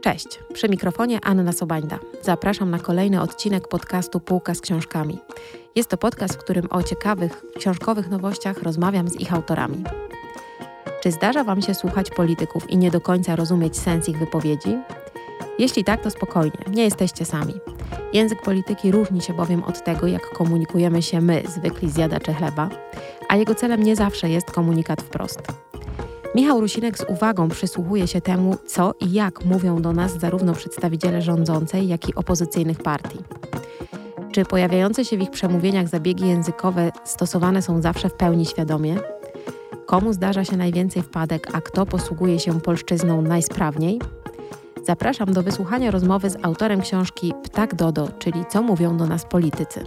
Cześć, przy mikrofonie Anna Sobańda. Zapraszam na kolejny odcinek podcastu Półka z książkami. Jest to podcast, w którym o ciekawych, książkowych nowościach rozmawiam z ich autorami. Czy zdarza Wam się słuchać polityków i nie do końca rozumieć sens ich wypowiedzi? Jeśli tak, to spokojnie, nie jesteście sami. Język polityki różni się bowiem od tego, jak komunikujemy się my, zwykli zjadacze chleba, a jego celem nie zawsze jest komunikat wprost. Michał Rusinek z uwagą przysłuchuje się temu, co i jak mówią do nas zarówno przedstawiciele rządzącej, jak i opozycyjnych partii. Czy pojawiające się w ich przemówieniach zabiegi językowe stosowane są zawsze w pełni świadomie? Komu zdarza się najwięcej wpadek, a kto posługuje się polszczyzną najsprawniej? Zapraszam do wysłuchania rozmowy z autorem książki Ptak Dodo, czyli Co mówią do nas politycy.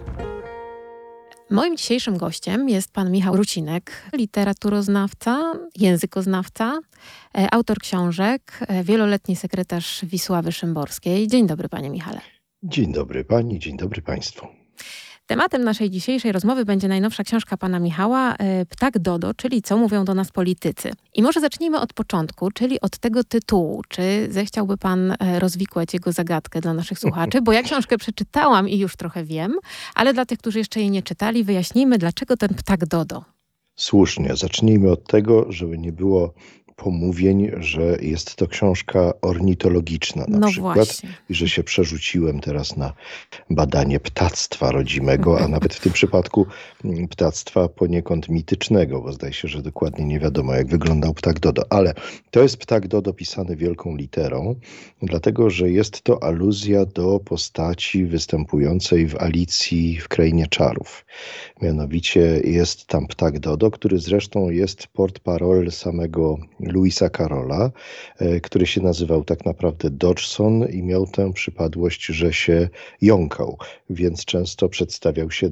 Moim dzisiejszym gościem jest pan Michał Rusinek, literaturoznawca, językoznawca, autor książek, wieloletni sekretarz Wisławy Szymborskiej. Dzień dobry, panie Michale. Dzień dobry pani, dzień dobry państwu. Tematem naszej dzisiejszej rozmowy będzie najnowsza książka pana Michała, Ptak Dodo, czyli Co mówią do nas politycy. I może zacznijmy od początku, czyli od tego tytułu. Czy zechciałby pan rozwikłać jego zagadkę dla naszych słuchaczy? Bo ja książkę przeczytałam i już trochę wiem, ale dla tych, którzy jeszcze jej nie czytali, wyjaśnijmy, dlaczego ten Ptak Dodo. Słusznie, zacznijmy od tego, żeby nie było pomówień, że jest to książka ornitologiczna na przykład. Właśnie. I że się przerzuciłem teraz na badanie ptactwa rodzimego, a nawet w tym przypadku ptactwa poniekąd mitycznego, bo zdaje się, że dokładnie nie wiadomo, jak wyglądał ptak Dodo. Ale to jest ptak Dodo pisany wielką literą, dlatego, że jest to aluzja do postaci występującej w Alicji w Krainie Czarów. Mianowicie jest tam ptak Dodo, który zresztą jest portparole samego Lewisa Carrolla, który się nazywał tak naprawdę Dodgson i miał tę przypadłość, że się jąkał, więc często przedstawiał się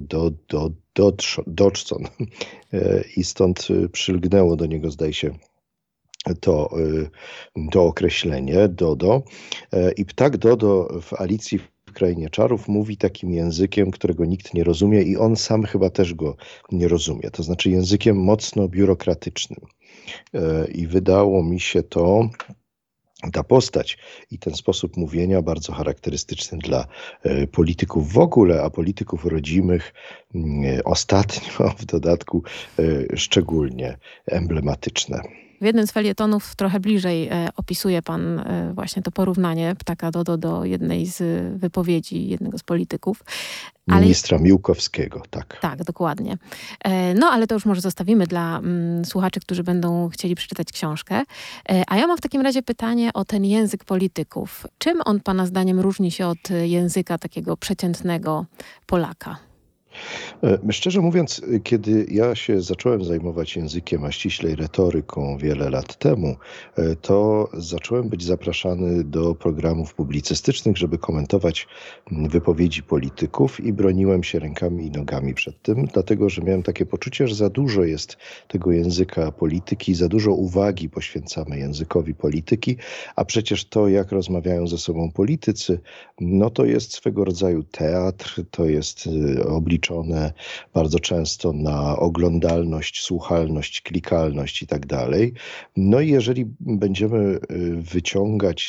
Dodgson i stąd przylgnęło do niego, zdaje się, to określenie Dodo. I ptak Dodo w Alicji w Krainie Czarów mówi takim językiem, którego nikt nie rozumie i on sam chyba też go nie rozumie. To znaczy językiem mocno biurokratycznym. I wydało mi się ta postać i ten sposób mówienia bardzo charakterystyczny dla polityków w ogóle, a polityków rodzimych ostatnio w dodatku szczególnie emblematyczne. W jednym z felietonów trochę bliżej opisuje pan właśnie to porównanie ptaka Dodo do jednej z wypowiedzi jednego z polityków. Ministra Miłkowskiego, tak. Tak, dokładnie. No, ale to już może zostawimy dla słuchaczy, którzy będą chcieli przeczytać książkę. A ja mam w takim razie pytanie o ten język polityków. Czym on pana zdaniem różni się od języka takiego przeciętnego Polaka? Szczerze mówiąc, kiedy ja się zacząłem zajmować językiem, a ściślej retoryką wiele lat temu, to zacząłem być zapraszany do programów publicystycznych, żeby komentować wypowiedzi polityków i broniłem się rękami i nogami przed tym, dlatego że miałem takie poczucie, że za dużo jest tego języka polityki, za dużo uwagi poświęcamy językowi polityki, a przecież to, jak rozmawiają ze sobą politycy, no to jest swego rodzaju teatr, to jest obliczone bardzo często na oglądalność, słuchalność, klikalność i tak dalej. No i jeżeli będziemy wyciągać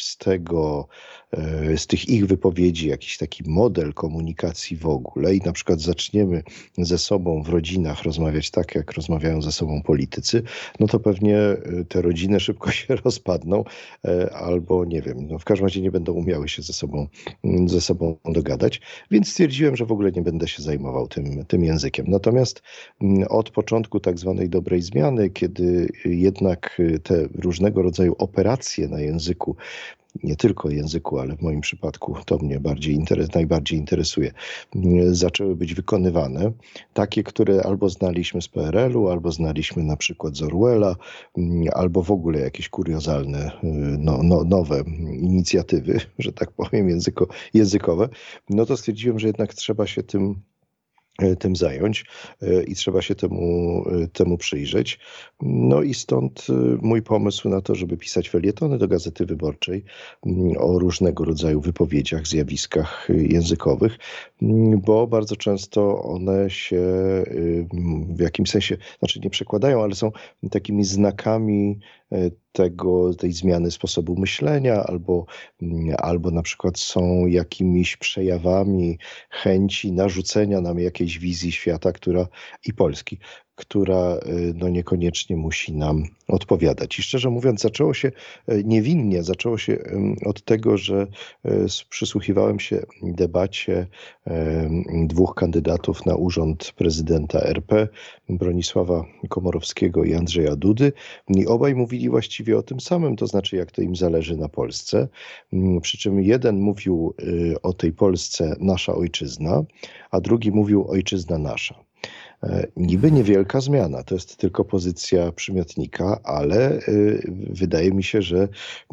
z tych ich wypowiedzi jakiś taki model komunikacji w ogóle i na przykład zaczniemy ze sobą w rodzinach rozmawiać tak, jak rozmawiają ze sobą politycy, no to pewnie te rodziny szybko się rozpadną albo nie wiem, no w każdym razie nie będą umiały się ze sobą dogadać, więc stwierdziłem, że w ogóle nie będę się zajmował tym językiem. Natomiast od początku tak zwanej dobrej zmiany, kiedy jednak te różnego rodzaju operacje na języku, nie tylko języku, ale w moim przypadku to mnie najbardziej interesuje, zaczęły być wykonywane. Takie, które albo znaliśmy z PRL-u, albo znaliśmy na przykład z Orwella, albo w ogóle jakieś kuriozalne, nowe inicjatywy, że tak powiem, językowe, no to stwierdziłem, że jednak trzeba się tym zająć i trzeba się temu przyjrzeć. No i stąd mój pomysł na to, żeby pisać felietony do Gazety Wyborczej o różnego rodzaju wypowiedziach, zjawiskach językowych, bo bardzo często one się w jakimś sensie, znaczy nie przekładają, ale są takimi znakami tej zmiany sposobu myślenia, albo na przykład są jakimiś przejawami chęci narzucenia nam jakiejś wizji świata, i Polski, która niekoniecznie musi nam odpowiadać. I szczerze mówiąc, zaczęło się niewinnie, zaczęło się od tego, że przysłuchiwałem się debacie dwóch kandydatów na urząd prezydenta RP, Bronisława Komorowskiego i Andrzeja Dudy. I obaj mówili właściwie o tym samym, to znaczy jak to im zależy na Polsce. Przy czym jeden mówił o tej Polsce nasza ojczyzna, a drugi mówił ojczyzna nasza. Niby niewielka zmiana, to jest tylko pozycja przymiotnika, ale wydaje mi się, że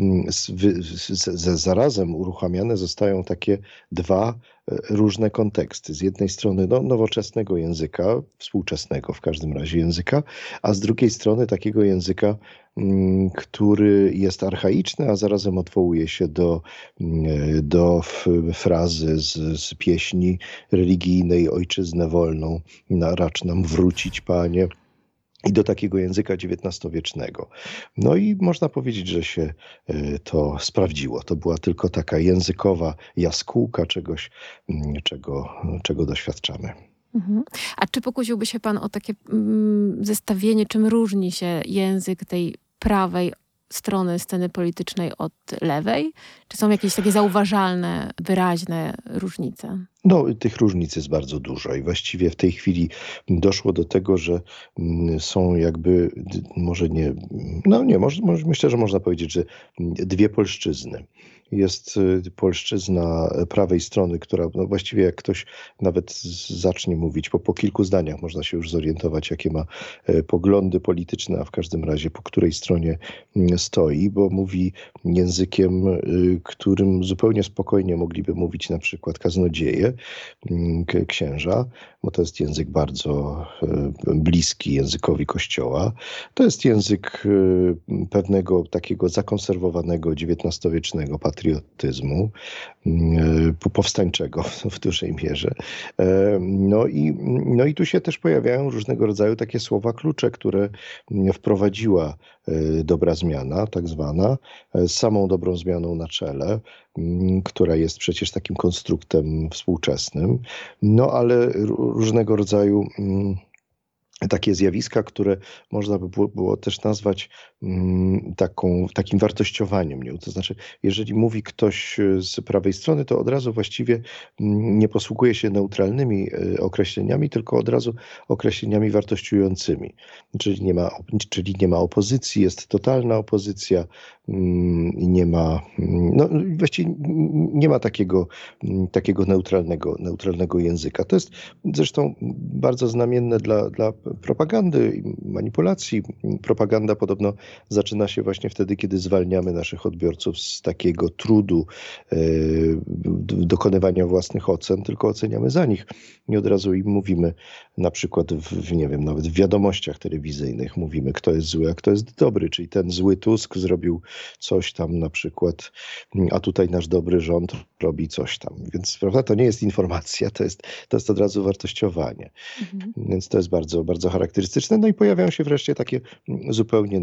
zarazem uruchamiane zostają takie dwa różne konteksty. Z jednej strony nowoczesnego języka, współczesnego w każdym razie języka, a z drugiej strony takiego języka, który jest archaiczny, a zarazem odwołuje się do frazy z pieśni religijnej "Ojczyznę wolną, racz nam wrócić, Panie", i do takiego języka XIX-wiecznego. No i można powiedzieć, że się to sprawdziło. To była tylko taka językowa jaskółka czegoś, czego doświadczamy. A czy pokusiłby się pan o takie zestawienie, czym różni się język tej prawej strony sceny politycznej od lewej? Czy są jakieś takie zauważalne, wyraźne różnice? Tych różnic jest bardzo dużo i właściwie w tej chwili doszło do tego, że są jakby, myślę, że można powiedzieć, że dwie polszczyzny. Jest polszczyzna prawej strony, która właściwie jak ktoś nawet zacznie mówić, po kilku zdaniach można się już zorientować, jakie ma poglądy polityczne, a w każdym razie po której stronie stoi, bo mówi językiem, którym zupełnie spokojnie mogliby mówić na przykład kaznodzieje, księża, bo to jest język bardzo bliski językowi Kościoła. To jest język pewnego takiego zakonserwowanego XIX-wiecznego patriotyzmu, powstańczego w dużej mierze. No i tu się też pojawiają różnego rodzaju takie słowa klucze, które wprowadziła dobra zmiana, tak zwana, z samą dobrą zmianą na czele, która jest przecież takim konstruktem współczesnym, ale różnego rodzaju takie zjawiska, które można by było też nazwać takim wartościowaniem. To znaczy, jeżeli mówi ktoś z prawej strony, to od razu właściwie nie posługuje się neutralnymi określeniami, tylko od razu określeniami wartościującymi. Czyli nie ma opozycji, jest totalna opozycja i nie ma, właściwie nie ma takiego neutralnego języka. To jest zresztą bardzo znamienne dla propagandy i manipulacji. Propaganda podobno zaczyna się właśnie wtedy, kiedy zwalniamy naszych odbiorców z takiego trudu dokonywania własnych ocen, tylko oceniamy za nich. I od razu im mówimy, na przykład nawet w wiadomościach telewizyjnych mówimy, kto jest zły, a kto jest dobry. Czyli ten zły Tusk zrobił coś tam na przykład, a tutaj nasz dobry rząd robi coś tam. Więc prawda, to nie jest informacja, to jest od razu wartościowanie. Więc to jest bardzo, bardzo charakterystyczne. No i pojawiają się wreszcie takie zupełnie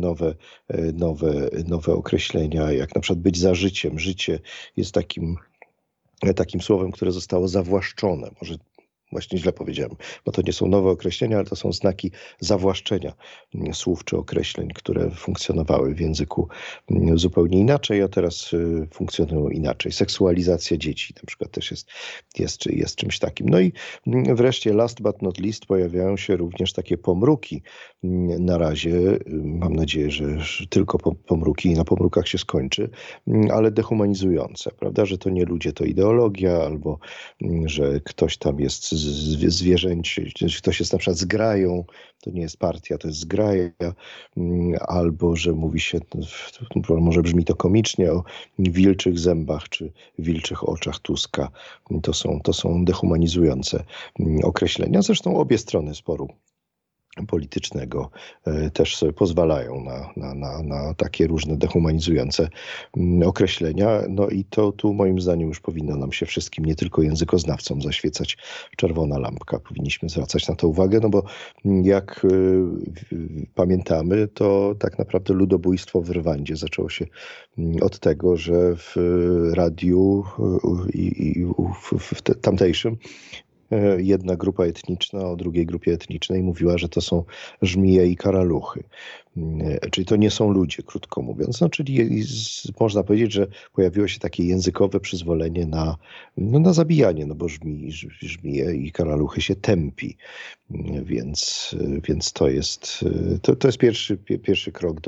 nowe określenia, jak na przykład być za życiem. Życie jest takim słowem, które zostało zawłaszczone. Może właśnie źle powiedziałem, bo to nie są nowe określenia, ale to są znaki zawłaszczenia słów czy określeń, które funkcjonowały w języku zupełnie inaczej, a teraz funkcjonują inaczej. Seksualizacja dzieci na przykład też jest czymś takim. No i wreszcie last but not least pojawiają się również takie pomruki. Na razie mam nadzieję, że tylko pomruki i na pomrukach się skończy, ale dehumanizujące, prawda, że to nie ludzie, to ideologia, albo że ktoś tam jest zwierzęcie, ktoś jest na przykład zgrają, to nie jest partia, to jest zgraja, albo że mówi się, może brzmi to komicznie, o wilczych zębach czy wilczych oczach Tuska. To są dehumanizujące określenia. Zresztą obie strony sporu politycznego też sobie pozwalają na takie różne dehumanizujące określenia. No i to tu moim zdaniem już powinno nam się wszystkim, nie tylko językoznawcom, zaświecać czerwona lampka. Powinniśmy zwracać na to uwagę, no bo jak pamiętamy, to tak naprawdę ludobójstwo w Rwandzie zaczęło się od tego, że w radiu i w tamtejszym jedna grupa etniczna o drugiej grupie etnicznej mówiła, że to są żmije i karaluchy. Czyli to nie są ludzie, krótko mówiąc. No, czyli można powiedzieć, że pojawiło się takie językowe przyzwolenie na zabijanie, no bo żmije i karaluchy się tępi. Więc to jest pierwszy krok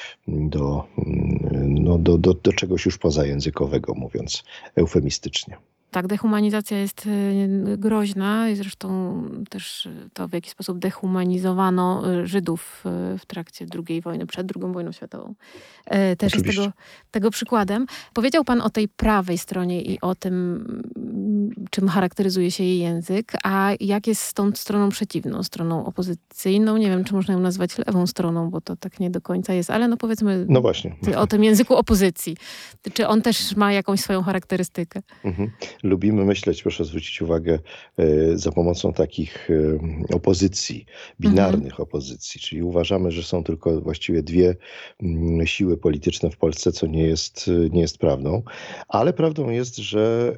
do czegoś już pozajęzykowego, mówiąc eufemistycznie. Tak, dehumanizacja jest groźna i zresztą też to, w jaki sposób dehumanizowano Żydów w trakcie II wojny, przed II wojną światową, też Oczywiście. jest tego przykładem. Powiedział pan o tej prawej stronie i o tym, czym charakteryzuje się jej język, a jak jest z tą stroną przeciwną, stroną opozycyjną? Nie wiem, czy można ją nazwać lewą stroną, bo to tak nie do końca jest, ale no powiedzmy właśnie. O tym języku opozycji. Czy on też ma jakąś swoją charakterystykę? Lubimy myśleć, proszę zwrócić uwagę, za pomocą takich opozycji, binarnych opozycji, czyli uważamy, że są tylko właściwie dwie siły polityczne w Polsce, co nie jest prawdą, ale prawdą jest, że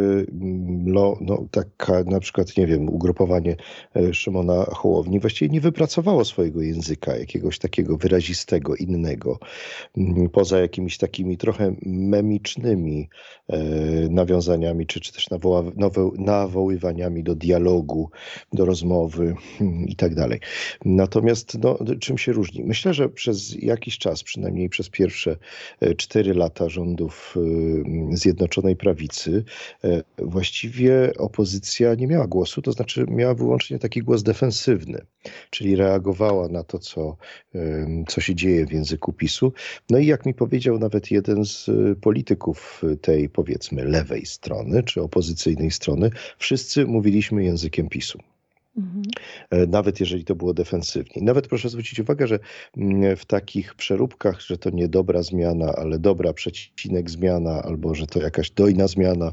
taka na przykład, nie wiem, ugrupowanie Szymona Hołowni właściwie nie wypracowało swojego języka, jakiegoś takiego wyrazistego, innego, poza jakimiś takimi trochę memicznymi nawiązaniami, czy też nawoływaniami do dialogu, do rozmowy i tak dalej. Natomiast czym się różni? Myślę, że przez jakiś czas, przynajmniej przez pierwsze 4 lata rządów Zjednoczonej Prawicy, właściwie opozycja nie miała głosu, to znaczy miała wyłącznie taki głos defensywny, czyli reagowała na to, co się dzieje w języku PiS-u. No i jak mi powiedział nawet jeden z polityków tej, powiedzmy, lewej strony, czy opozycyjnej strony, wszyscy mówiliśmy językiem PiS-u. Nawet jeżeli to było defensywnie. Nawet proszę zwrócić uwagę, że w takich przeróbkach, że to nie dobra zmiana, ale dobra przecinek zmiana, albo że to jakaś dojna zmiana,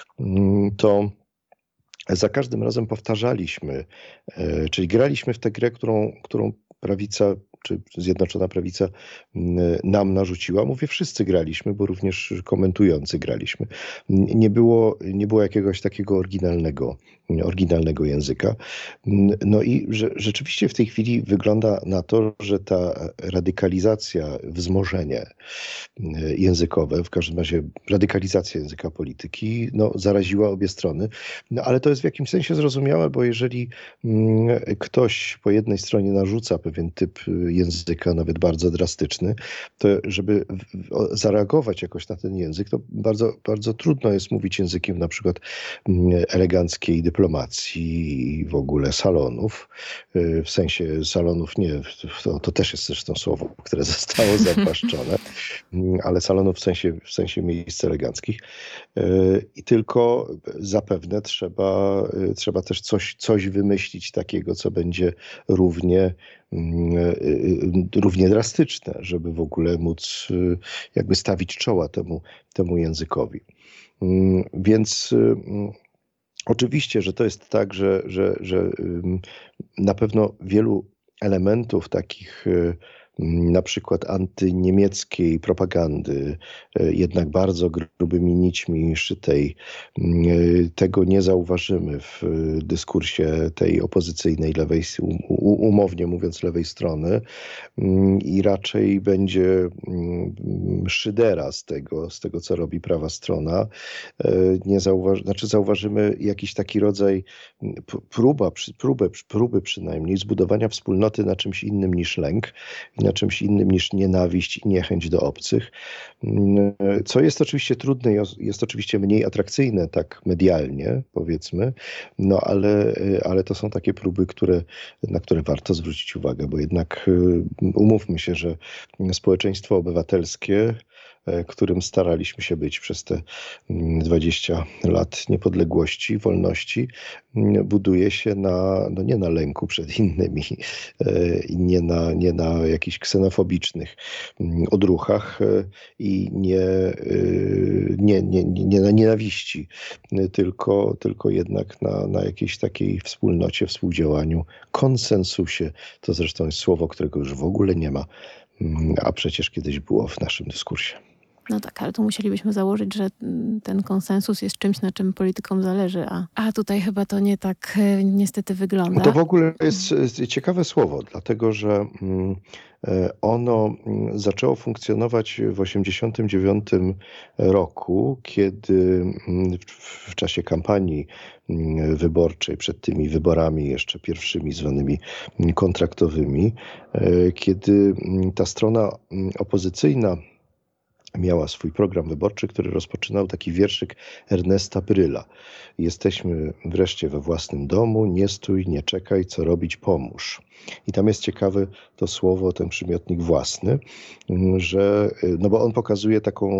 to za każdym razem powtarzaliśmy, czyli graliśmy w tę grę, którą prawica czy Zjednoczona Prawica nam narzuciła. Mówię, wszyscy graliśmy, bo również komentujący graliśmy. Nie było jakiegoś takiego oryginalnego języka. No i rzeczywiście w tej chwili wygląda na to, że ta radykalizacja, wzmożenie językowe, w każdym razie radykalizacja języka polityki, zaraziła obie strony. Ale to jest w jakimś sensie zrozumiałe, bo jeżeli ktoś po jednej stronie narzuca pewien typ języka, nawet bardzo drastyczny, to żeby zareagować jakoś na ten język, to bardzo, bardzo trudno jest mówić językiem na przykład eleganckiej dyplomacji i w ogóle salonów. W sensie salonów nie, to też jest zresztą słowo, które zostało zawłaszczone, ale salonów w sensie miejsc eleganckich. I tylko zapewne trzeba też coś wymyślić takiego, co będzie równie drastyczne, żeby w ogóle móc jakby stawić czoła temu językowi. Więc oczywiście, że to jest tak, że na pewno wielu elementów takich na przykład antyniemieckiej propagandy, jednak bardzo grubymi nićmi szytej, tego nie zauważymy w dyskursie tej opozycyjnej lewej, umownie mówiąc lewej strony, i raczej będzie szydera z tego co robi prawa strona. Zauważymy jakiś taki rodzaj próby przynajmniej zbudowania wspólnoty na czymś innym niż lęk, na czymś innym niż nienawiść i niechęć do obcych, co jest oczywiście trudne, jest oczywiście mniej atrakcyjne tak medialnie, powiedzmy, ale to są takie próby, na które warto zwrócić uwagę, bo jednak umówmy się, że społeczeństwo obywatelskie którym staraliśmy się być przez te 20 lat niepodległości, wolności, buduje się nie na lęku przed innymi, nie na jakichś ksenofobicznych odruchach i nie na nienawiści, tylko jednak na jakiejś takiej wspólnocie, współdziałaniu, konsensusie. To zresztą jest słowo, którego już w ogóle nie ma, a przecież kiedyś było w naszym dyskursie. No tak, ale tu musielibyśmy założyć, że ten konsensus jest czymś, na czym politykom zależy, a tutaj chyba to nie tak niestety wygląda. To w ogóle jest ciekawe słowo, dlatego że ono zaczęło funkcjonować w 1989 roku, kiedy w czasie kampanii wyborczej, przed tymi wyborami jeszcze pierwszymi zwanymi kontraktowymi, kiedy ta strona opozycyjna miała swój program wyborczy, który rozpoczynał taki wierszyk Ernesta Bryla. Jesteśmy wreszcie we własnym domu, nie stój, nie czekaj, co robić, pomóż. I tam jest ciekawe to słowo, ten przymiotnik własny, że, no bo on pokazuje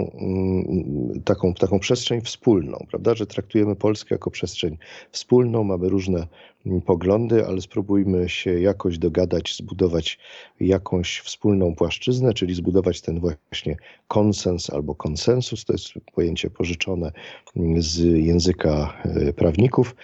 taką przestrzeń wspólną, prawda, że traktujemy Polskę jako przestrzeń wspólną, mamy różne poglądy, ale spróbujmy się jakoś dogadać, zbudować jakąś wspólną płaszczyznę, czyli zbudować ten właśnie konsens albo konsensus, to jest pojęcie pożyczone z języka prawników,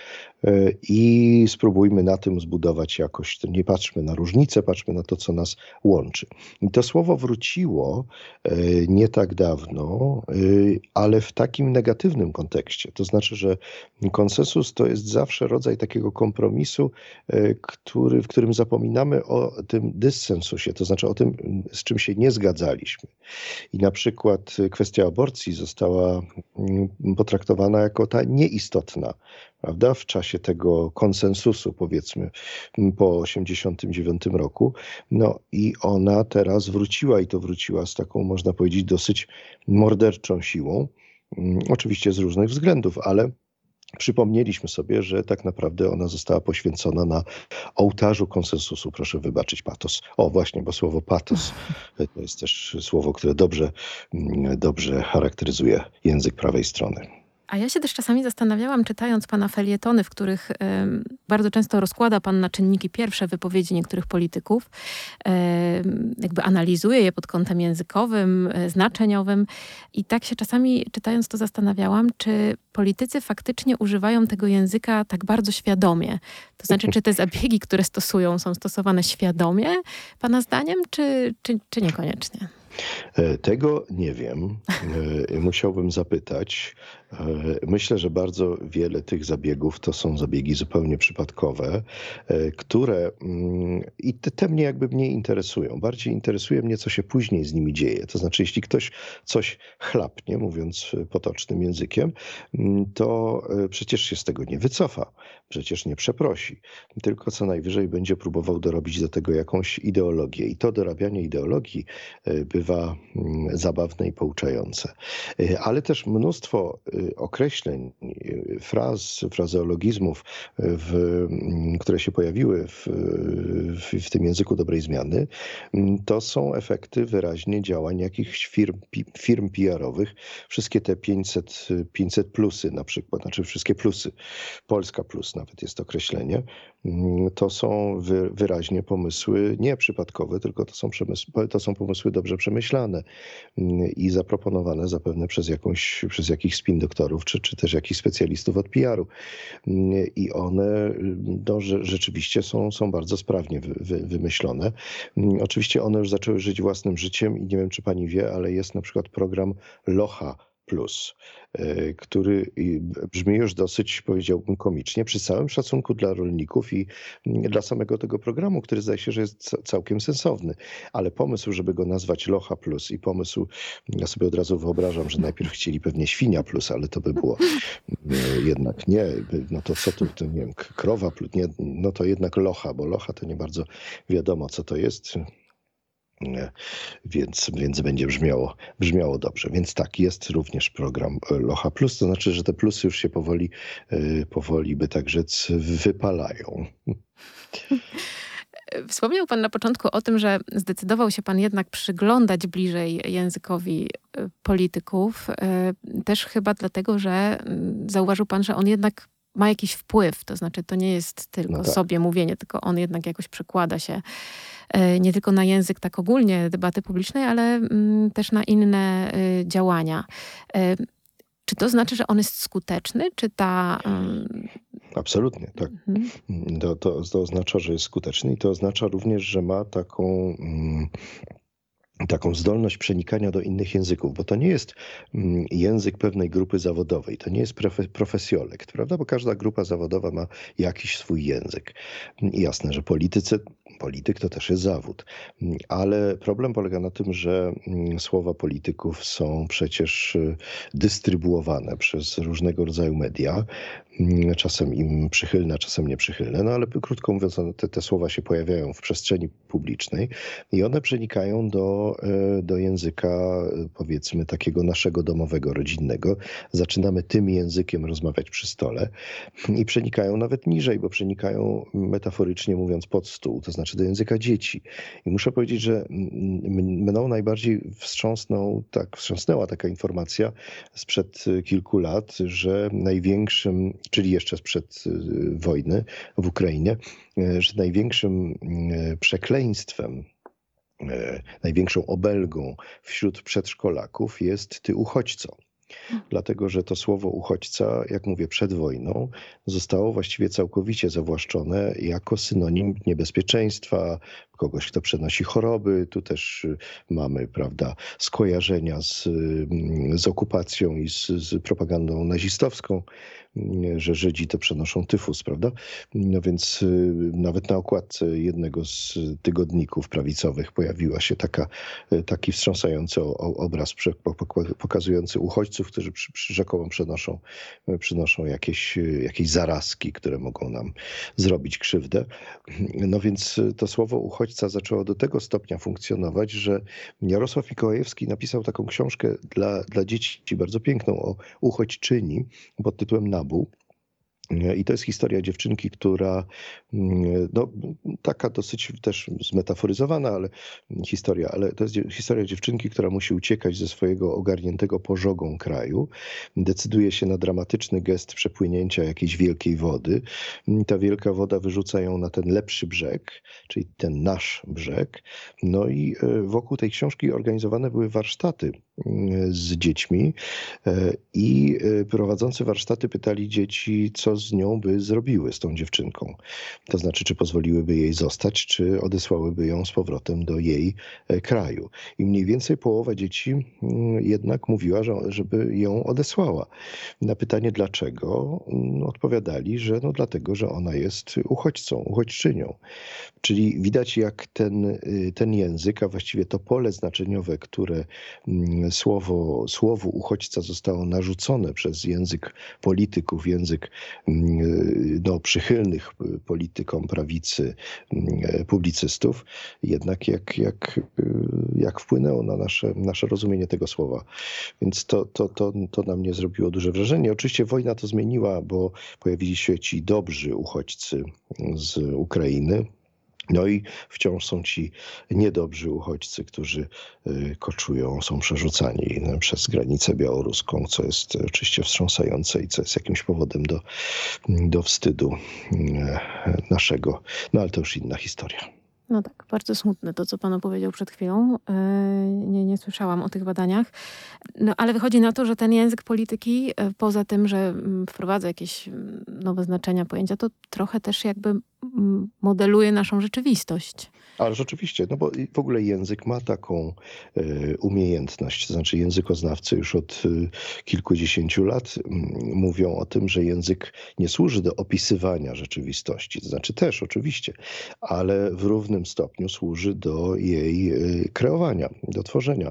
i spróbujmy na tym zbudować jakoś, nie patrzmy na różnice, patrzmy na to, co nas łączy. I to słowo wróciło nie tak dawno, ale w takim negatywnym kontekście. To znaczy, że konsensus to jest zawsze rodzaj takiego kompromisu, w którym zapominamy o tym dyssensusie, to znaczy o tym, z czym się nie zgadzaliśmy. I na przykład kwestia aborcji została potraktowana jako ta nieistotna, prawda, w czasie tego konsensusu, powiedzmy, po 1989 roku. No i ona teraz wróciła i to wróciła z taką, można powiedzieć, dosyć morderczą siłą. Oczywiście z różnych względów, ale przypomnieliśmy sobie, że tak naprawdę ona została poświęcona na ołtarzu konsensusu. Proszę wybaczyć patos. O właśnie, bo słowo patos to jest też słowo, które dobrze charakteryzuje język prawej strony. A ja się też czasami zastanawiałam, czytając pana felietony, w których bardzo często rozkłada pan na czynniki pierwsze wypowiedzi niektórych polityków, jakby analizuje je pod kątem językowym, znaczeniowym. I tak się czasami, czytając to, zastanawiałam, czy politycy faktycznie używają tego języka tak bardzo świadomie. To znaczy, czy te zabiegi, które stosują, są stosowane świadomie, pana zdaniem, czy niekoniecznie? Tego nie wiem. Musiałbym zapytać. Myślę, że bardzo wiele tych zabiegów to są zabiegi zupełnie przypadkowe, które i te mnie jakby mniej interesują. Bardziej interesuje mnie, co się później z nimi dzieje. To znaczy, jeśli ktoś coś chlapnie, mówiąc potocznym językiem, to przecież się z tego nie wycofa. Przecież nie przeprosi. Tylko co najwyżej będzie próbował dorobić do tego jakąś ideologię. I to dorabianie ideologii bywa zabawne i pouczające. Ale też mnóstwo określeń, frazeologizmów, które się pojawiły w tym języku dobrej zmiany, to są efekty wyraźnie działań jakichś firm PR-owych. Wszystkie te 500 plusy na przykład, znaczy wszystkie plusy, Polska Plus nawet jest określenie, to są wyraźnie pomysły nie przypadkowe, tylko to są pomysły dobrze przemyślane i zaproponowane zapewne przez jakichś spin doktorów, czy też jakichś specjalistów od PR-u. I one rzeczywiście są bardzo sprawnie wymyślone. Oczywiście one już zaczęły żyć własnym życiem i nie wiem, czy pani wie, ale jest na przykład program Locha Plus, który brzmi już dosyć, powiedziałbym, komicznie, przy całym szacunku dla rolników i dla samego tego programu, który zdaje się, że jest całkiem sensowny. Ale pomysł, żeby go nazwać Locha Plus i pomysł, ja sobie od razu wyobrażam, że najpierw chcieli pewnie Świnia Plus, ale to by było jednak nie, no to co tu, nie wiem, Krowa Plus, nie, no to jednak Locha, bo Locha to nie bardzo wiadomo, co to jest. Więc będzie brzmiało dobrze. Więc tak, jest również program Locha Plus, to znaczy, że te plusy już się powoli, by tak rzec, wypalają. Wspomniał pan na początku o tym, że zdecydował się pan jednak przyglądać bliżej językowi polityków. Też chyba dlatego, że zauważył pan, że on jednak ma jakiś wpływ. To znaczy, to nie jest tylko sobie mówienie, tylko on jednak jakoś przekłada się nie tylko na język tak ogólnie debaty publicznej, ale też na inne działania. Czy to znaczy, że on jest skuteczny? Czy ta... Absolutnie, tak. To oznacza, że jest skuteczny i to oznacza również, że ma taką zdolność przenikania do innych języków, bo to nie jest język pewnej grupy zawodowej, to nie jest profesjolekt, prawda? Bo każda grupa zawodowa ma jakiś swój język. I jasne, że polityk to też jest zawód, ale problem polega na tym, że słowa polityków są przecież dystrybuowane przez różnego rodzaju media, czasem im przychylne, czasem nieprzychylne, no ale krótko mówiąc, te słowa się pojawiają w przestrzeni publicznej i one przenikają do języka, powiedzmy, takiego naszego domowego, rodzinnego. Zaczynamy tym językiem rozmawiać przy stole i przenikają nawet niżej, bo przenikają, metaforycznie mówiąc, pod stół, to znaczy do języka dzieci. I muszę powiedzieć, że mną najbardziej wstrząsnęła taka informacja sprzed kilku lat, że największym, czyli jeszcze sprzed wojny w Ukrainie, że największym przekleństwem, największą obelgą wśród przedszkolaków jest ty uchodźco. Dlatego, że to słowo uchodźca, jak mówię, przed wojną zostało właściwie całkowicie zawłaszczone jako synonim niebezpieczeństwa, kogoś, kto przenosi choroby. Tu też mamy, prawda, skojarzenia z okupacją i z propagandą nazistowską, że Żydzi to przenoszą tyfus, prawda? No więc nawet na okładce jednego z tygodników prawicowych pojawiła się taki wstrząsający obraz pokazujący uchodźców, którzy rzekomo przynoszą jakieś zarazki, które mogą nam zrobić krzywdę. No więc to słowo uchodźca zaczęło do tego stopnia funkcjonować, że Jarosław Mikołajewski napisał taką książkę dla dzieci, bardzo piękną, o uchodźczyni pod tytułem Nabu. I to jest historia dziewczynki, która, no taka dosyć też zmetaforyzowana, ale to jest historia dziewczynki, która musi uciekać ze swojego ogarniętego pożogą kraju. Decyduje się na dramatyczny gest przepłynięcia jakiejś wielkiej wody. Ta wielka woda wyrzuca ją na ten lepszy brzeg, czyli ten nasz brzeg. No i wokół tej książki organizowane były warsztaty z dziećmi i prowadzący warsztaty pytali dzieci, co z nią by zrobiły, z tą dziewczynką. To znaczy, czy pozwoliłyby jej zostać, czy odesłałyby ją z powrotem do jej kraju. I mniej więcej połowa dzieci jednak mówiła, żeby ją odesłała. Na pytanie dlaczego, odpowiadali, że dlatego, że ona jest uchodźcą, uchodźczynią. Czyli widać, jak ten język, a właściwie to pole znaczeniowe, które słowu uchodźca zostało narzucone przez język polityków, język przychylnych politykom prawicy, publicystów, jednak jak wpłynęło na nasze rozumienie tego słowa. Więc to na mnie zrobiło duże wrażenie. Oczywiście wojna to zmieniła, bo pojawili się ci dobrzy uchodźcy z Ukrainy. No i wciąż są ci niedobrzy uchodźcy, którzy koczują, są przerzucani przez granicę białoruską, co jest oczywiście wstrząsające i co jest jakimś powodem do wstydu naszego. No ale to już inna historia. No tak, bardzo smutne to, co pan opowiedział przed chwilą. Nie słyszałam o tych badaniach. No ale wychodzi na to, że ten język polityki, poza tym, że wprowadza jakieś nowe znaczenia, pojęcia, to trochę też jakby modeluje naszą rzeczywistość. Ale rzeczywiście, no bo w ogóle język ma taką umiejętność, to znaczy językoznawcy już od kilkudziesięciu lat mówią o tym, że język nie służy do opisywania rzeczywistości, to znaczy też oczywiście, ale w równym stopniu służy do jej kreowania, do tworzenia.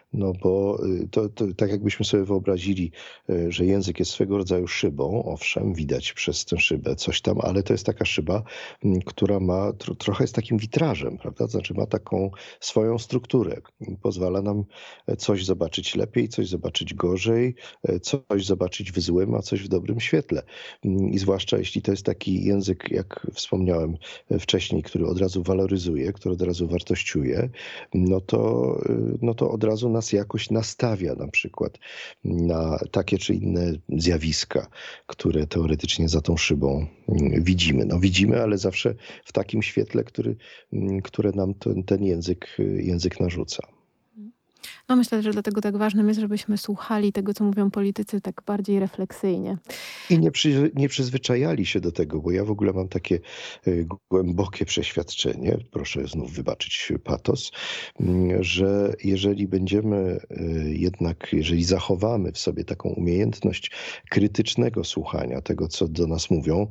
No bo to tak jakbyśmy sobie wyobrazili, że język jest swego rodzaju szybą, owszem, widać przez tę szybę coś tam, ale to jest taka szyba, która ma trochę jest takim witrażem, prawda? To znaczy ma taką swoją strukturę. Pozwala nam coś zobaczyć lepiej, coś zobaczyć gorzej, coś zobaczyć w złym, a coś w dobrym świetle. I zwłaszcza jeśli to jest taki język, jak wspomniałem wcześniej, który od razu waloryzuje, który od razu wartościuje, no to od razu nas jakoś nastawia na przykład na takie czy inne zjawiska, które teoretycznie za tą szybą widzimy. No widzimy, ale zawsze w takim świetle, które nam ten język narzuca. No myślę, że dlatego tak ważnym jest, żebyśmy słuchali tego, co mówią politycy, tak bardziej refleksyjnie. I nie przyzwyczajali się do tego, bo ja w ogóle mam takie głębokie przeświadczenie, proszę znów wybaczyć patos, że jeżeli będziemy jeżeli zachowamy w sobie taką umiejętność krytycznego słuchania tego, co do nas mówią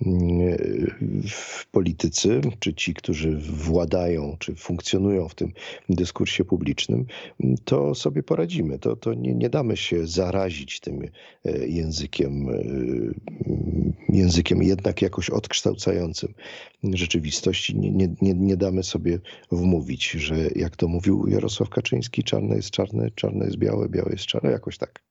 politycy, czy ci, którzy władają, czy funkcjonują w tym dyskursie publicznym, to sobie poradzimy. To nie damy się zarazić tym językiem jednak jakoś odkształcającym rzeczywistości. Nie damy sobie wmówić, że jak to mówił Jarosław Kaczyński, czarne jest czarne, czarne jest białe, białe jest czarne, jakoś tak.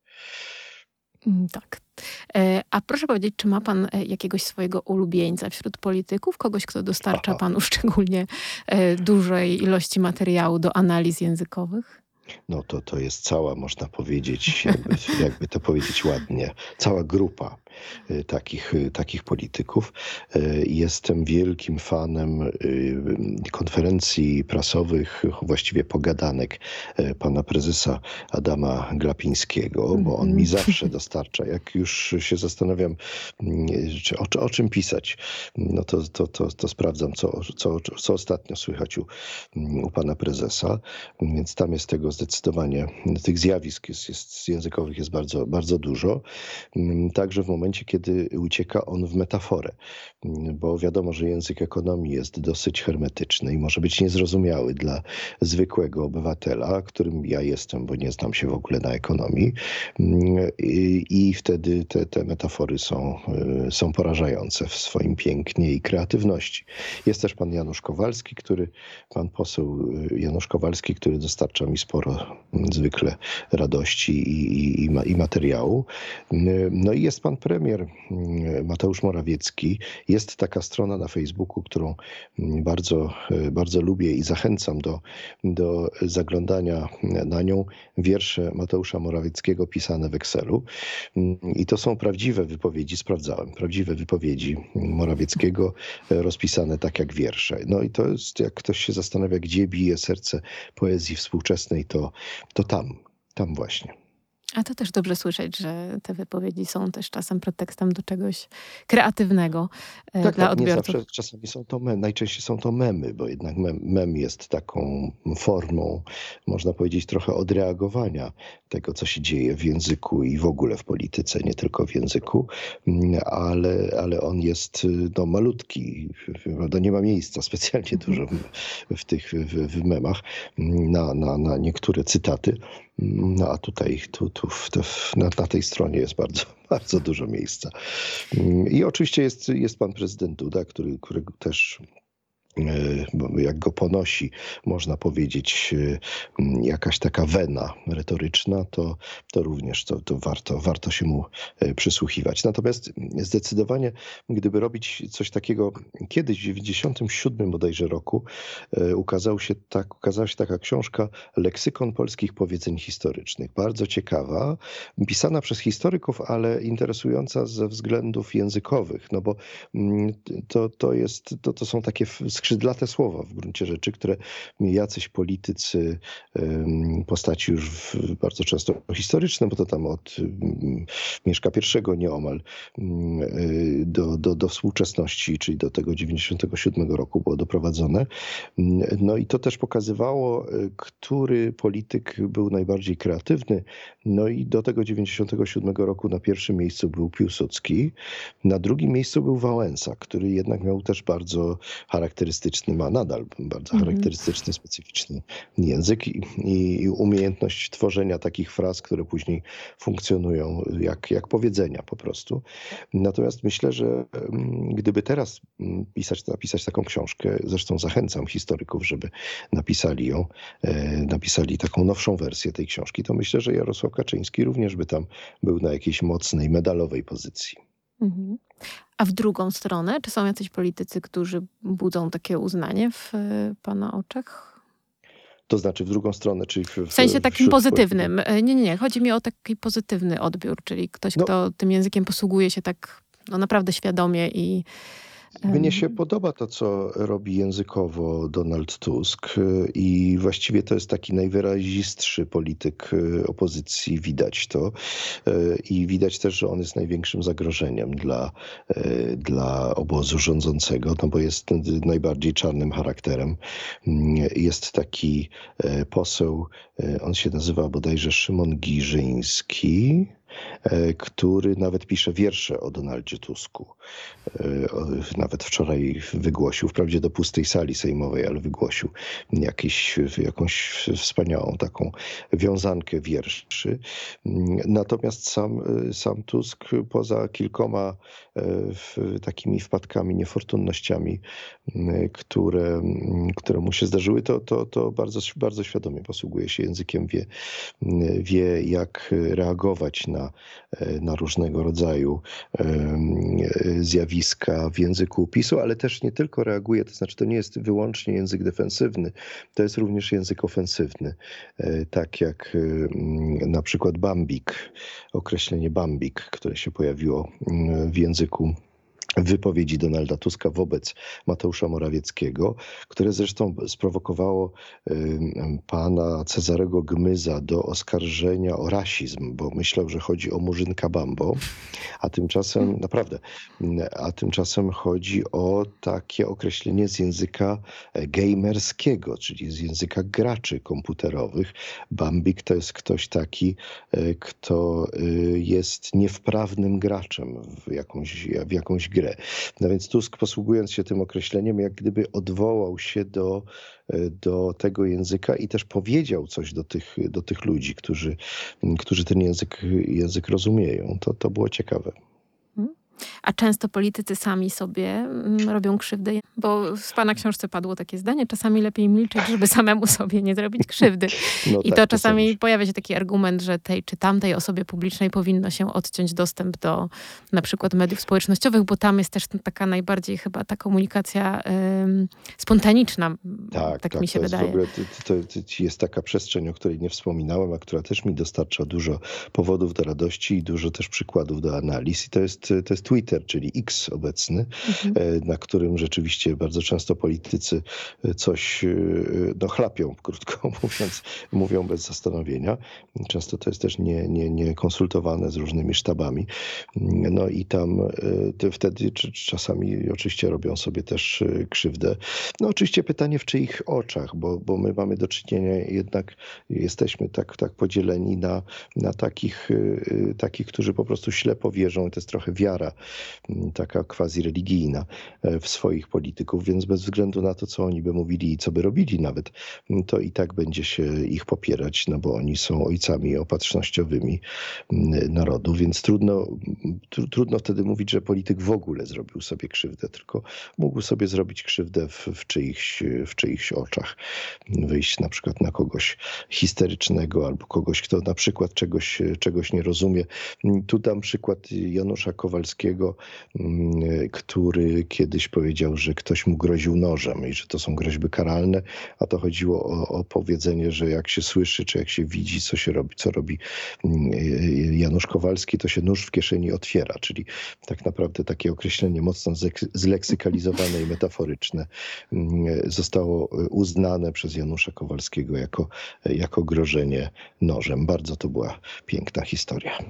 Tak. A proszę powiedzieć, czy ma pan jakiegoś swojego ulubieńca wśród polityków? Kogoś, kto dostarcza panu szczególnie dużej ilości materiału do analiz językowych? No to jest cała, można powiedzieć, jakby to powiedzieć ładnie, cała grupa takich polityków. Jestem wielkim fanem konferencji prasowych, właściwie pogadanek pana prezesa Adama Glapińskiego, bo on mi zawsze dostarcza. Jak już się zastanawiam, o czym pisać, no to sprawdzam, co ostatnio słychać u pana prezesa, więc tam jest tego zdecydowanie, tych zjawisk językowych jest bardzo, bardzo dużo. Także w momencie, kiedy ucieka on w metaforę, bo wiadomo, że język ekonomii jest dosyć hermetyczny i może być niezrozumiały dla zwykłego obywatela, którym ja jestem, bo nie znam się w ogóle na ekonomii. I wtedy te metafory są porażające w swoim pięknie i kreatywności. Jest też pan poseł Janusz Kowalski, który dostarcza mi sporo zwykle radości i materiału. No i jest pan premier Mateusz Morawiecki. Jest taka strona na Facebooku, którą bardzo, bardzo lubię i zachęcam do zaglądania na nią. Wiersze Mateusza Morawieckiego pisane w Excelu. I to są prawdziwe wypowiedzi, sprawdzałem, prawdziwe wypowiedzi Morawieckiego rozpisane tak jak wiersze. No i to jest, jak ktoś się zastanawia, gdzie bije serce poezji współczesnej, to tam właśnie. A to też dobrze słyszeć, że te wypowiedzi są też czasem pretekstem do czegoś kreatywnego dla odbiorców. Nie zawsze, czasami są to memy, najczęściej są to memy, bo jednak mem jest taką formą, można powiedzieć, trochę odreagowania tego, co się dzieje w języku i w ogóle w polityce, nie tylko w języku, ale on jest malutki, prawda? Nie ma miejsca specjalnie dużo w memach na niektóre cytaty. No a tutaj, na tej stronie jest bardzo, bardzo dużo miejsca. I oczywiście jest pan prezydent Duda, który też, jak go ponosi, można powiedzieć, jakaś taka wena retoryczna, to również to warto się mu przysłuchiwać. Natomiast zdecydowanie, gdyby robić coś takiego, kiedyś w 97 bodajże roku ukazała się taka książka Leksykon polskich powiedzeń historycznych. Bardzo ciekawa, pisana przez historyków, ale interesująca ze względów językowych, no bo to są takie skrzydlate słowa w gruncie rzeczy, które jacyś politycy, postaci już bardzo często historyczne, bo to tam od Mieszka I nieomal do współczesności, czyli do tego 97 roku było doprowadzone. No i to też pokazywało, który polityk był najbardziej kreatywny. No i do tego 97 roku na pierwszym miejscu był Piłsudski, na drugim miejscu był Wałęsa, który jednak miał też bardzo charakterystyczne charakterystyczny, ma nadal bardzo charakterystyczny, specyficzny język i umiejętność tworzenia takich fraz, które później funkcjonują jak powiedzenia po prostu. Natomiast myślę, że gdyby teraz napisać taką książkę, zresztą zachęcam historyków, żeby napisali taką nowszą wersję tej książki, to myślę, że Jarosław Kaczyński również by tam był na jakiejś mocnej, medalowej pozycji. A w drugą stronę, czy są jacyś politycy, którzy budzą takie uznanie w pana oczach? To znaczy w drugą stronę, czyli w sensie takim pozytywnym. Nie. Chodzi mi o taki pozytywny odbiór, czyli ktoś, kto tym językiem posługuje się tak naprawdę świadomie i... Mnie się podoba to, co robi językowo Donald Tusk i właściwie to jest taki najwyrazistszy polityk opozycji, widać to. I widać też, że on jest największym zagrożeniem dla obozu rządzącego, no bo jest najbardziej czarnym charakterem. Jest taki poseł, on się nazywa bodajże Szymon Giżyński, który nawet pisze wiersze o Donaldzie Tusku. Nawet wczoraj wygłosił, wprawdzie do pustej sali sejmowej, ale wygłosił jakąś wspaniałą taką wiązankę wierszy. Natomiast sam Tusk poza kilkoma takimi wpadkami, niefortunnościami, które mu się zdarzyły, to bardzo, bardzo świadomie posługuje się językiem, wie jak reagować na różnego rodzaju zjawiska w języku PiS-u, ale też nie tylko reaguje, to znaczy to nie jest wyłącznie język defensywny, to jest również język ofensywny. Tak jak na przykład bambik, określenie bambik, które się pojawiło w języku wypowiedzi Donalda Tuska wobec Mateusza Morawieckiego, które zresztą sprowokowało pana Cezarego Gmyza do oskarżenia o rasizm, bo myślał, że chodzi o Murzynka Bambo, a tymczasem chodzi o takie określenie z języka gamerskiego, czyli z języka graczy komputerowych. Bambik to jest ktoś taki, kto jest niewprawnym graczem w jakąś grę. No więc Tusk, posługując się tym określeniem, jak gdyby odwołał się do tego języka i też powiedział coś do tych ludzi, którzy ten język rozumieją. To było ciekawe. A często politycy sami sobie robią krzywdę, bo w pana książce padło takie zdanie, czasami lepiej milczeć, żeby samemu sobie nie zrobić krzywdy. I to czasami pojawia się taki argument, że tej czy tamtej osobie publicznej powinno się odciąć dostęp do na przykład mediów społecznościowych, bo tam jest też taka najbardziej chyba ta komunikacja spontaniczna, tak mi się wydaje. To jest taka przestrzeń, o której nie wspominałem, a która też mi dostarcza dużo powodów do radości i dużo też przykładów do analiz. I to jest Twitter, czyli X obecny, na którym rzeczywiście bardzo często politycy coś chlapią, krótko mówiąc, mówią bez zastanowienia. Często to jest też nie konsultowane z różnymi sztabami. No i tam wtedy czasami oczywiście robią sobie też krzywdę. No oczywiście pytanie w czyich oczach, bo my mamy do czynienia, jednak jesteśmy tak podzieleni na takich, którzy po prostu ślepo wierzą, i to jest trochę wiara taka quasi-religijna w swoich polityków, więc bez względu na to, co oni by mówili i co by robili nawet, to i tak będzie się ich popierać, no bo oni są ojcami opatrznościowymi narodu, więc trudno wtedy mówić, że polityk w ogóle zrobił sobie krzywdę, tylko mógł sobie zrobić krzywdę w czyichś oczach. Wyjść na przykład na kogoś histerycznego albo kogoś, kto na przykład czegoś nie rozumie. Tu dam przykład Janusza Kowalskiego, który kiedyś powiedział, że ktoś mu groził nożem i że to są groźby karalne, a to chodziło o powiedzenie, że jak się słyszy, czy jak się widzi, co robi Janusz Kowalski, to się nóż w kieszeni otwiera, czyli tak naprawdę takie określenie mocno zleksykalizowane i metaforyczne zostało uznane przez Janusza Kowalskiego jako grożenie nożem. Bardzo to była piękna historia.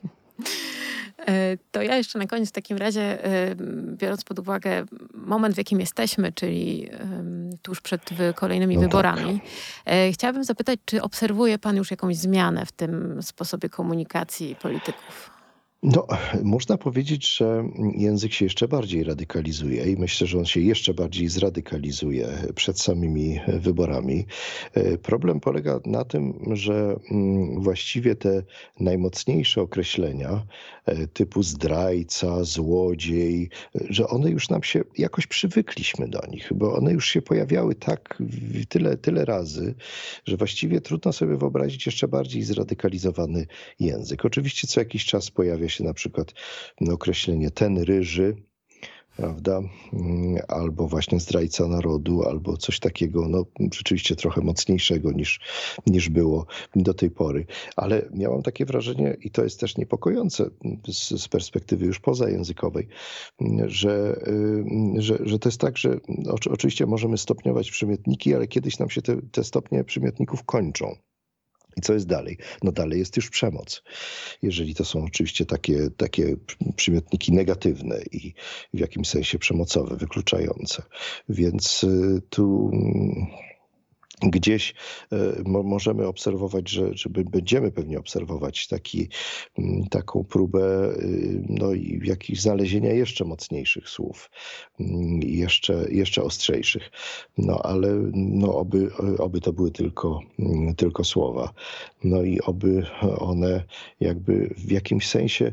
To ja jeszcze na koniec w takim razie, biorąc pod uwagę moment, w jakim jesteśmy, czyli tuż przed kolejnymi wyborami, chciałabym zapytać, czy obserwuje pan już jakąś zmianę w tym sposobie komunikacji polityków? No, można powiedzieć, że język się jeszcze bardziej radykalizuje i myślę, że on się jeszcze bardziej zradykalizuje przed samymi wyborami. Problem polega na tym, że właściwie te najmocniejsze określenia typu zdrajca, złodziej, że one już nam się jakoś przywykliśmy do nich, bo one już się pojawiały tak tyle razy, że właściwie trudno sobie wyobrazić jeszcze bardziej zradykalizowany język. Oczywiście co jakiś czas pojawia się na przykład określenie ten ryży, prawda, albo właśnie zdrajca narodu, albo coś takiego, no rzeczywiście trochę mocniejszego niż było do tej pory. Ale miałam takie wrażenie, i to jest też niepokojące z perspektywy już pozajęzykowej, że to jest tak, że oczywiście możemy stopniować przymiotniki, ale kiedyś nam się te stopnie przymiotników kończą. I co jest dalej? No dalej jest już przemoc. Jeżeli to są oczywiście takie przymiotniki negatywne i w jakimś sensie przemocowe, wykluczające. Więc tu gdzieś możemy obserwować, że będziemy pewnie obserwować taką próbę no i jakichś znalezienia jeszcze mocniejszych słów, jeszcze ostrzejszych. No ale no oby to były tylko słowa. No i oby one jakby w jakimś sensie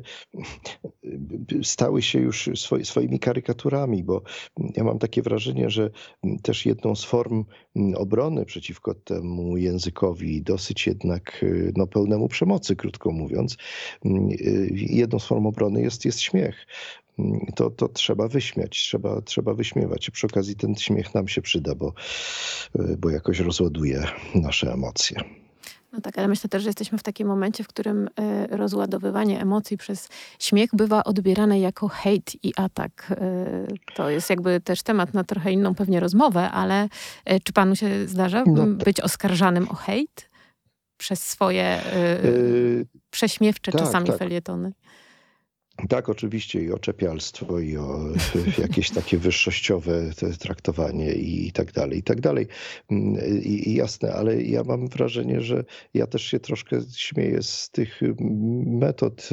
stały się już swoimi karykaturami, bo ja mam takie wrażenie, że też jedną z form obrony przeciwko temu językowi, dosyć jednak pełnemu przemocy, krótko mówiąc, jedną z form obrony jest śmiech. To trzeba wyśmiać, trzeba wyśmiewać. Przy okazji ten śmiech nam się przyda, bo jakoś rozładuje nasze emocje. No tak, ale myślę też, że jesteśmy w takim momencie, w którym rozładowywanie emocji przez śmiech bywa odbierane jako hejt i atak. To jest jakby też temat na trochę inną pewnie rozmowę, ale czy panu się zdarza być oskarżanym o hejt przez swoje prześmiewcze czasami felietony? Tak, oczywiście i o czepialstwo, i o jakieś takie wyższościowe traktowanie i tak dalej, i tak dalej. I jasne, ale ja mam wrażenie, że ja też się troszkę śmieję z tych metod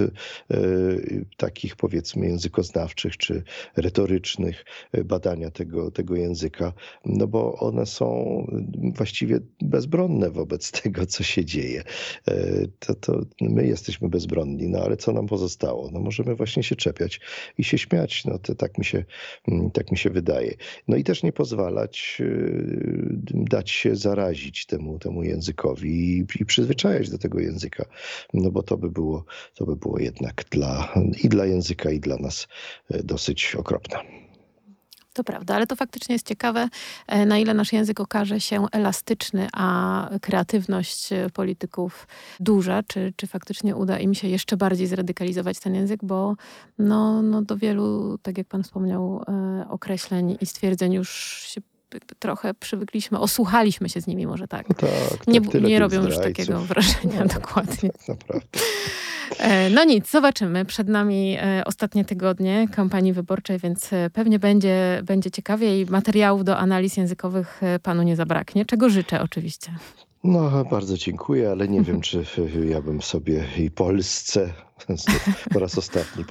takich powiedzmy językoznawczych czy retorycznych badania tego języka, no bo one są właściwie bezbronne wobec tego, co się dzieje. To my jesteśmy bezbronni, no ale co nam pozostało? No możemy właśnie się czepiać i się śmiać. No to tak mi się wydaje. No i też nie pozwalać dać się zarazić temu językowi i przyzwyczajać do tego języka. No bo to by było jednak dla języka i dla nas dosyć okropne. To prawda, ale to faktycznie jest ciekawe, na ile nasz język okaże się elastyczny, a kreatywność polityków duża, czy faktycznie uda im się jeszcze bardziej zradykalizować ten język, bo no do wielu, tak jak pan wspomniał, określeń i stwierdzeń już się trochę przywykliśmy, osłuchaliśmy się z nimi może tak. No tak, nie robią już takiego wrażenia, dokładnie. Tak, naprawdę. No nic, zobaczymy. Przed nami ostatnie tygodnie kampanii wyborczej, więc pewnie będzie ciekawie i materiałów do analiz językowych panu nie zabraknie, czego życzę oczywiście. No, bardzo dziękuję, ale nie wiem, czy ja bym sobie i Polsce, po raz ostatni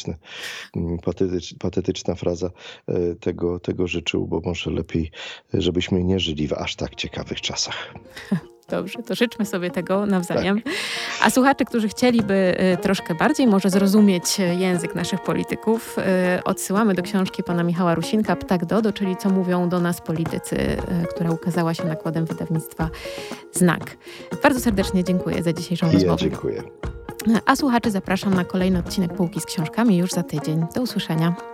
patetyczna fraza, tego życzył, bo może lepiej, żebyśmy nie żyli w aż tak ciekawych czasach. Dobrze, to życzmy sobie tego nawzajem. Tak. A słuchacze, którzy chcieliby troszkę bardziej może zrozumieć język naszych polityków, odsyłamy do książki pana Michała Rusinka Ptak Dodo, czyli Co mówią do nas politycy, która ukazała się nakładem wydawnictwa Znak. Bardzo serdecznie dziękuję za dzisiejszą rozmowę. Ja dziękuję. A słuchaczy zapraszam na kolejny odcinek Półki z książkami już za tydzień. Do usłyszenia.